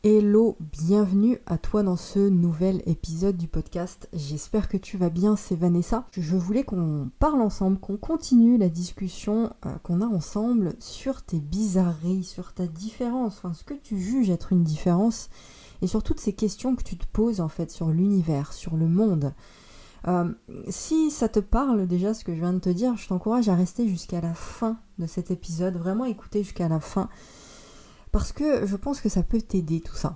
Hello, bienvenue à toi dans ce nouvel épisode du podcast. J'espère que tu vas bien, c'est Vanessa. Je voulais qu'on parle ensemble, qu'on continue la discussion qu'on a ensemble sur tes bizarreries, sur ta différence, enfin ce que tu juges être une différence et sur toutes ces questions que tu te poses en fait sur l'univers, sur le monde. Si ça te parle déjà ce que je viens de te dire, je t'encourage à rester jusqu'à la fin de cet épisode, vraiment écouter jusqu'à la fin. Parce que je pense que ça peut t'aider tout ça.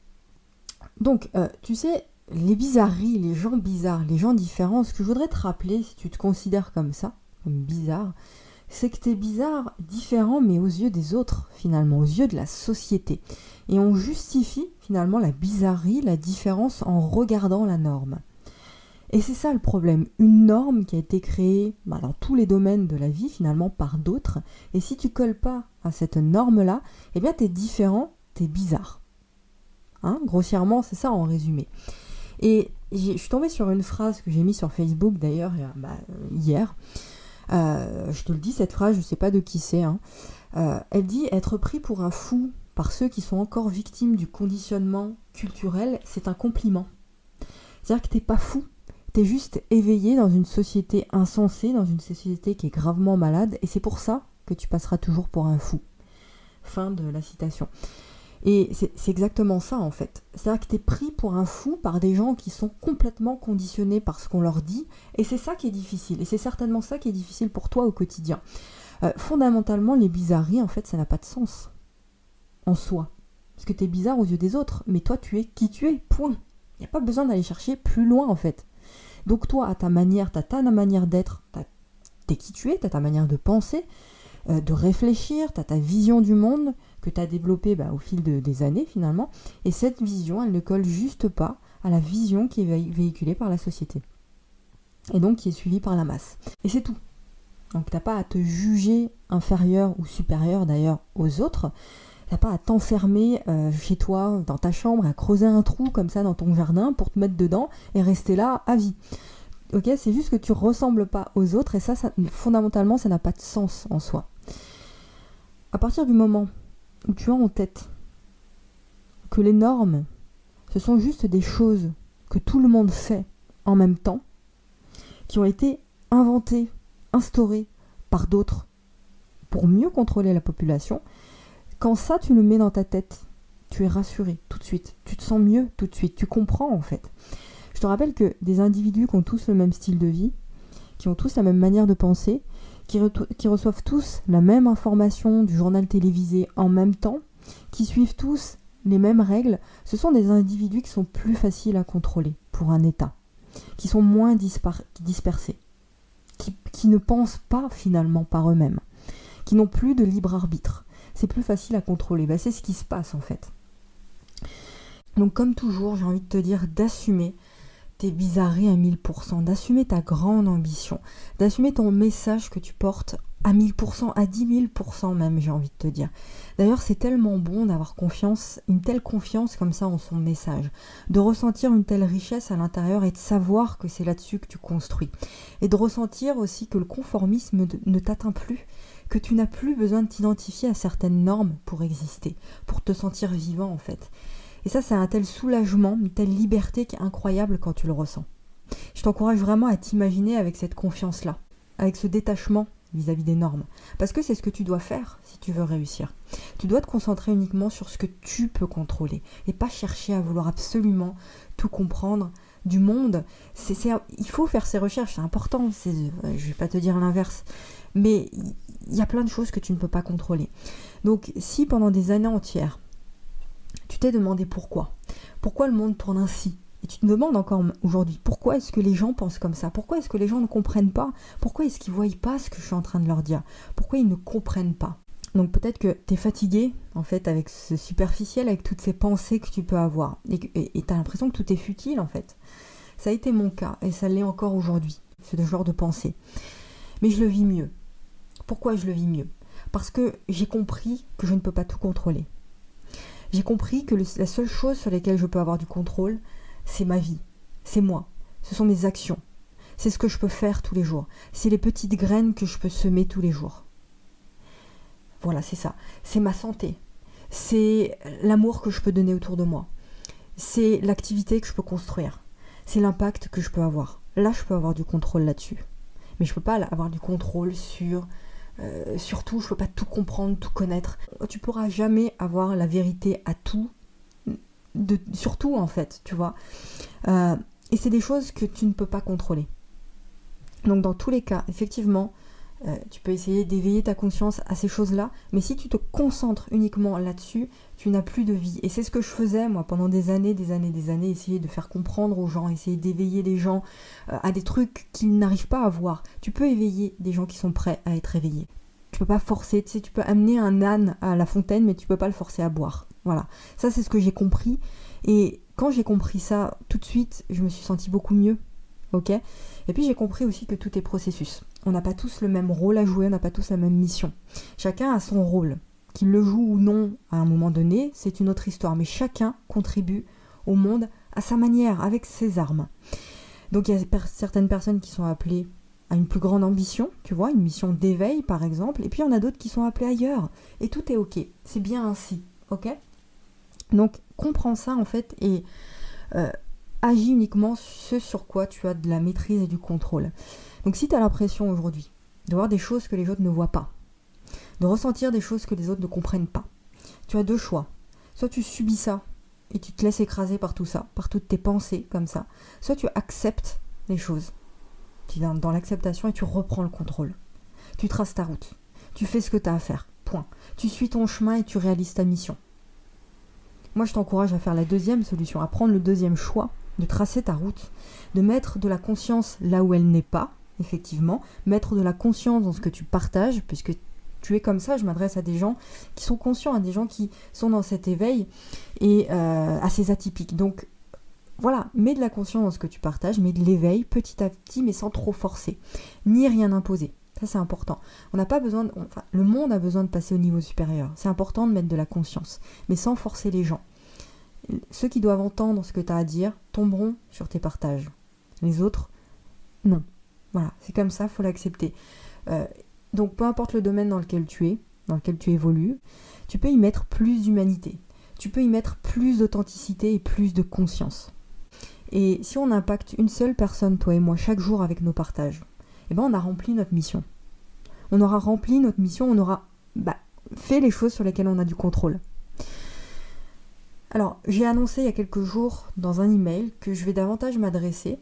Donc, tu sais, les bizarreries, les gens bizarres, les gens différents, ce que je voudrais te rappeler, si tu te considères comme ça, comme bizarre, c'est que t'es bizarre, différent, mais aux yeux des autres, finalement, aux yeux de la société. Et on justifie, finalement, la bizarrerie, la différence en regardant la norme. Et c'est ça le problème, une norme qui a été créée dans tous les domaines de la vie finalement par d'autres, et si tu colles pas à cette norme-là, eh bien t'es différent, t'es bizarre. Grossièrement, c'est ça en résumé. Et je suis tombée sur une phrase que j'ai mise sur Facebook d'ailleurs hier. Je te le dis, cette phrase, je sais pas de qui c'est. Elle dit « Être pris pour un fou par ceux qui sont encore victimes du conditionnement culturel, c'est un compliment. » C'est-à-dire que t'es pas fou. T'es juste éveillé dans une société insensée, dans une société qui est gravement malade, et c'est pour ça que tu passeras toujours pour un fou. Fin de la citation. Et c'est exactement ça en fait. C'est-à-dire que t'es pris pour un fou par des gens qui sont complètement conditionnés par ce qu'on leur dit, et c'est ça qui est difficile, et c'est certainement ça qui est difficile pour toi au quotidien. Fondamentalement, les bizarreries, en fait, ça n'a pas de sens en soi. Parce que t'es bizarre aux yeux des autres, mais toi tu es qui tu es, point. Il n'y a pas besoin d'aller chercher plus loin en fait. Donc toi, à ta manière, t'as ta manière d'être, t'es qui tu es, t'as ta manière de penser, de réfléchir, t'as ta vision du monde que t'as développée au fil des années finalement, et cette vision, elle ne colle juste pas à la vision qui est véhiculée par la société, et donc qui est suivie par la masse. Et c'est tout. Donc t'as pas à te juger inférieur ou supérieur d'ailleurs aux autres, t'as pas à t'enfermer chez toi, dans ta chambre, à creuser un trou comme ça dans ton jardin pour te mettre dedans et rester là à vie. Ok, c'est juste que tu ressembles pas aux autres et ça, fondamentalement, ça n'a pas de sens en soi. À partir du moment où tu as en tête que les normes, ce sont juste des choses que tout le monde fait en même temps, qui ont été inventées, instaurées par d'autres pour mieux contrôler la population, quand ça, tu le mets dans ta tête, tu es rassuré tout de suite. Tu te sens mieux tout de suite. Tu comprends, en fait. Je te rappelle que des individus qui ont tous le même style de vie, qui ont tous la même manière de penser, qui reçoivent tous la même information du journal télévisé en même temps, qui suivent tous les mêmes règles, ce sont des individus qui sont plus faciles à contrôler pour un État, qui sont moins dispersés, qui ne pensent pas finalement par eux-mêmes, qui n'ont plus de libre arbitre. C'est plus facile à contrôler. C'est ce qui se passe en fait. Donc comme toujours, j'ai envie de te dire d'assumer tes bizarreries à 1000%, d'assumer ta grande ambition, d'assumer ton message que tu portes à 1000%, à 10 000% même, j'ai envie de te dire. D'ailleurs, c'est tellement bon d'avoir confiance, une telle confiance comme ça en son message, de ressentir une telle richesse à l'intérieur et de savoir que c'est là-dessus que tu construis. Et de ressentir aussi que le conformisme ne t'atteint plus, que tu n'as plus besoin de t'identifier à certaines normes pour exister, pour te sentir vivant en fait. Et ça, c'est un tel soulagement, une telle liberté qui est incroyable quand tu le ressens. Je t'encourage vraiment à t'imaginer avec cette confiance-là, avec ce détachement vis-à-vis des normes. Parce que c'est ce que tu dois faire si tu veux réussir. Tu dois te concentrer uniquement sur ce que tu peux contrôler et pas chercher à vouloir absolument tout comprendre du monde. Il faut faire ses recherches, c'est important, je ne vais pas te dire l'inverse. Mais il y a plein de choses que tu ne peux pas contrôler. Donc si pendant des années entières, tu t'es demandé pourquoi le monde tourne ainsi, et tu te demandes encore aujourd'hui pourquoi est-ce que les gens pensent comme ça, pourquoi est-ce que les gens ne comprennent pas, pourquoi est-ce qu'ils ne voient pas ce que je suis en train de leur dire, pourquoi ils ne comprennent pas. Donc peut-être que tu es fatigué en fait avec ce superficiel, avec toutes ces pensées que tu peux avoir, et tu as l'impression que tout est futile en fait. Ça a été mon cas, et ça l'est encore aujourd'hui, ce genre de pensée. Mais je le vis mieux. Pourquoi je le vis mieux ? Parce que j'ai compris que je ne peux pas tout contrôler. J'ai compris que la seule chose sur laquelle je peux avoir du contrôle, c'est ma vie, c'est moi, ce sont mes actions, c'est ce que je peux faire tous les jours, c'est les petites graines que je peux semer tous les jours. Voilà, c'est ça, c'est ma santé, c'est l'amour que je peux donner autour de moi, c'est l'activité que je peux construire, c'est l'impact que je peux avoir. Là, je peux avoir du contrôle là-dessus. Mais je peux pas avoir du contrôle sur tout, je peux pas tout comprendre, tout connaître. Tu pourras jamais avoir la vérité à tout, sur tout en fait, tu vois. Et c'est des choses que tu ne peux pas contrôler. Donc dans tous les cas, effectivement, tu peux essayer d'éveiller ta conscience à ces choses-là, mais si tu te concentres uniquement là-dessus, tu n'as plus de vie. Et c'est ce que je faisais, moi, pendant des années, essayer de faire comprendre aux gens, essayer d'éveiller les gens à des trucs qu'ils n'arrivent pas à voir. Tu peux éveiller des gens qui sont prêts à être éveillés. Tu peux pas forcer, tu sais, tu peux amener un âne à la fontaine, mais tu peux pas le forcer à boire. Voilà, ça c'est ce que j'ai compris. Et quand j'ai compris ça, tout de suite, je me suis sentie beaucoup mieux. Ok ? Et puis j'ai compris aussi que tout est processus. On n'a pas tous le même rôle à jouer, on n'a pas tous la même mission. Chacun a son rôle. Qu'il le joue ou non à un moment donné, c'est une autre histoire. Mais chacun contribue au monde à sa manière, avec ses armes. Donc il y a certaines personnes qui sont appelées à une plus grande ambition, tu vois, une mission d'éveil par exemple, et puis il y en a d'autres qui sont appelées ailleurs. Et tout est ok, c'est bien ainsi, ok ? Donc comprends ça en fait et agis uniquement ce sur quoi tu as de la maîtrise et du contrôle. Donc si tu as l'impression aujourd'hui de voir des choses que les autres ne voient pas, de ressentir des choses que les autres ne comprennent pas, tu as deux choix. Soit tu subis ça et tu te laisses écraser par tout ça, par toutes tes pensées comme ça, soit tu acceptes les choses. Tu viens dans l'acceptation et tu reprends le contrôle. Tu traces ta route, tu fais ce que tu as à faire, point. Tu suis ton chemin et tu réalises ta mission. Moi je t'encourage à faire la deuxième solution, à prendre le deuxième choix, de tracer ta route, de mettre de la conscience là où elle n'est pas, effectivement, mettre de la conscience dans ce que tu partages, puisque tu es comme ça, je m'adresse à des gens qui sont conscients, à des gens qui sont dans cet éveil et assez atypique. Donc voilà, mets de la conscience dans ce que tu partages, mets de l'éveil petit à petit, mais sans trop forcer, ni rien imposer. Ça c'est important. On n'a pas besoin, le monde a besoin de passer au niveau supérieur. C'est important de mettre de la conscience, mais sans forcer les gens. Ceux qui doivent entendre ce que tu as à dire tomberont sur tes partages. Les autres, non. Voilà, c'est comme ça, il faut l'accepter. Donc peu importe le domaine dans lequel tu es, dans lequel tu évolues, tu peux y mettre plus d'humanité. Tu peux y mettre plus d'authenticité et plus de conscience. Et si on impacte une seule personne, toi et moi, chaque jour avec nos partages, eh ben on a rempli notre mission. On aura rempli notre mission, on aura fait les choses sur lesquelles on a du contrôle. Alors, j'ai annoncé il y a quelques jours dans un email que je vais davantage m'adresser,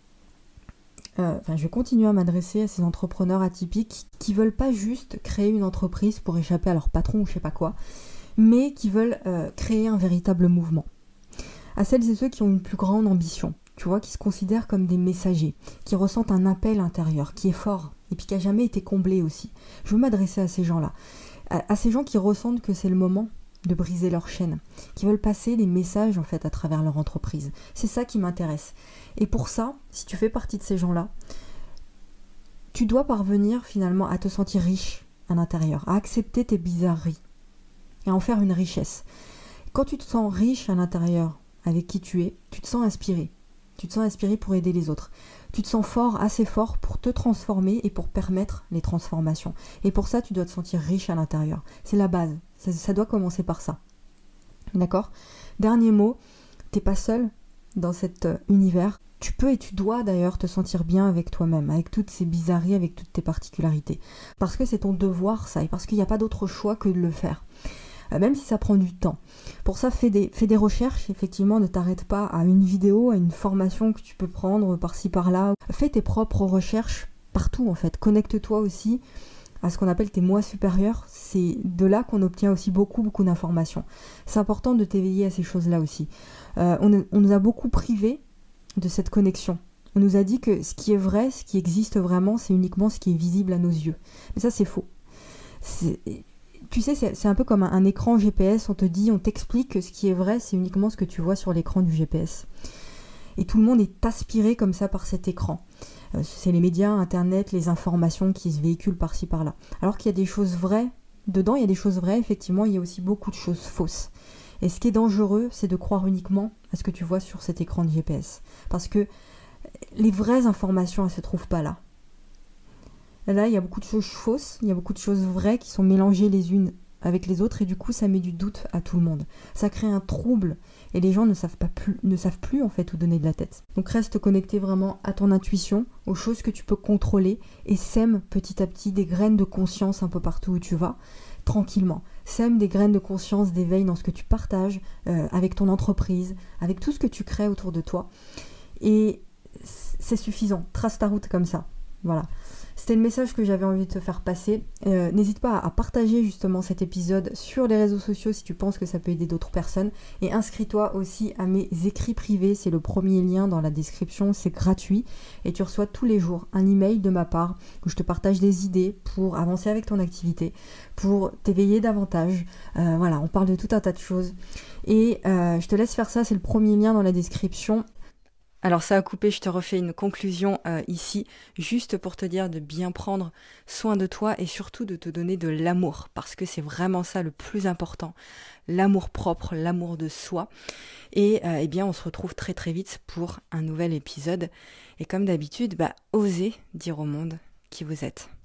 je vais continuer à m'adresser à ces entrepreneurs atypiques qui veulent pas juste créer une entreprise pour échapper à leur patron ou je sais pas quoi, mais qui veulent créer un véritable mouvement. À celles et ceux qui ont une plus grande ambition, tu vois, qui se considèrent comme des messagers, qui ressentent un appel intérieur, qui est fort, et puis qui n'a jamais été comblé aussi. Je veux m'adresser à ces gens-là, à ces gens qui ressentent que c'est le moment de briser leur chaîne, qui veulent passer des messages en fait à travers leur entreprise. C'est ça qui m'intéresse. Et pour ça, si tu fais partie de ces gens-là, tu dois parvenir finalement à te sentir riche à l'intérieur, à accepter tes bizarreries et à en faire une richesse. Quand tu te sens riche à l'intérieur avec qui tu es, tu te sens inspiré. Tu te sens inspiré pour aider les autres. Tu te sens fort, assez fort pour te transformer et pour permettre les transformations. Et pour ça, tu dois te sentir riche à l'intérieur. C'est la base. Ça doit commencer par ça. D'accord ? Dernier mot, t'es pas seul dans cet univers. Tu peux et tu dois d'ailleurs te sentir bien avec toi-même, avec toutes ces bizarreries, avec toutes tes particularités. Parce que c'est ton devoir ça, et parce qu'il n'y a pas d'autre choix que de le faire. Même si ça prend du temps. Pour ça, fais des recherches, effectivement, ne t'arrête pas à une vidéo, à une formation que tu peux prendre par-ci par-là. Fais tes propres recherches partout en fait. Connecte-toi aussi à ce qu'on appelle tes moi supérieurs. C'est de là qu'on obtient aussi beaucoup d'informations. C'est important de t'éveiller à ces choses-là aussi. On nous a beaucoup privés de cette connexion. On nous a dit que ce qui est vrai, ce qui existe vraiment, c'est uniquement ce qui est visible à nos yeux. Mais ça, c'est faux. Tu sais, c'est un peu comme un écran GPS, on t'explique que ce qui est vrai, c'est uniquement ce que tu vois sur l'écran du GPS. Et tout le monde est aspiré comme ça par cet écran. C'est les médias, Internet, les informations qui se véhiculent par-ci par-là. Alors qu'il y a des choses vraies, dedans il y a des choses vraies, effectivement, il y a aussi beaucoup de choses fausses. Et ce qui est dangereux, c'est de croire uniquement à ce que tu vois sur cet écran de GPS. Parce que les vraies informations, elles ne se trouvent pas là. Là, il y a beaucoup de choses fausses, il y a beaucoup de choses vraies qui sont mélangées les unes avec les autres et du coup ça met du doute à tout le monde. Ça crée un trouble et les gens ne savent plus en fait où donner de la tête. Donc reste connecté vraiment à ton intuition, aux choses que tu peux contrôler et sème petit à petit des graines de conscience un peu partout où tu vas, tranquillement. Sème des graines de conscience, d'éveil dans ce que tu partages avec ton entreprise, avec tout ce que tu crées autour de toi. Et c'est suffisant, trace ta route comme ça. Voilà. C'était le message que j'avais envie de te faire passer. N'hésite pas à partager justement cet épisode sur les réseaux sociaux si tu penses que ça peut aider d'autres personnes. Et inscris-toi aussi à mes écrits privés. C'est le premier lien dans la description. C'est gratuit. Et tu reçois tous les jours un email de ma part où je te partage des idées pour avancer avec ton activité, pour t'éveiller davantage. Voilà, on parle de tout un tas de choses. Et je te laisse faire ça. C'est le premier lien dans la description. Alors ça a coupé, je te refais une conclusion ici, juste pour te dire de bien prendre soin de toi et surtout de te donner de l'amour, parce que c'est vraiment ça le plus important, l'amour propre, l'amour de soi. Et eh bien on se retrouve très très vite pour un nouvel épisode. Et comme d'habitude, osez dire au monde qui vous êtes.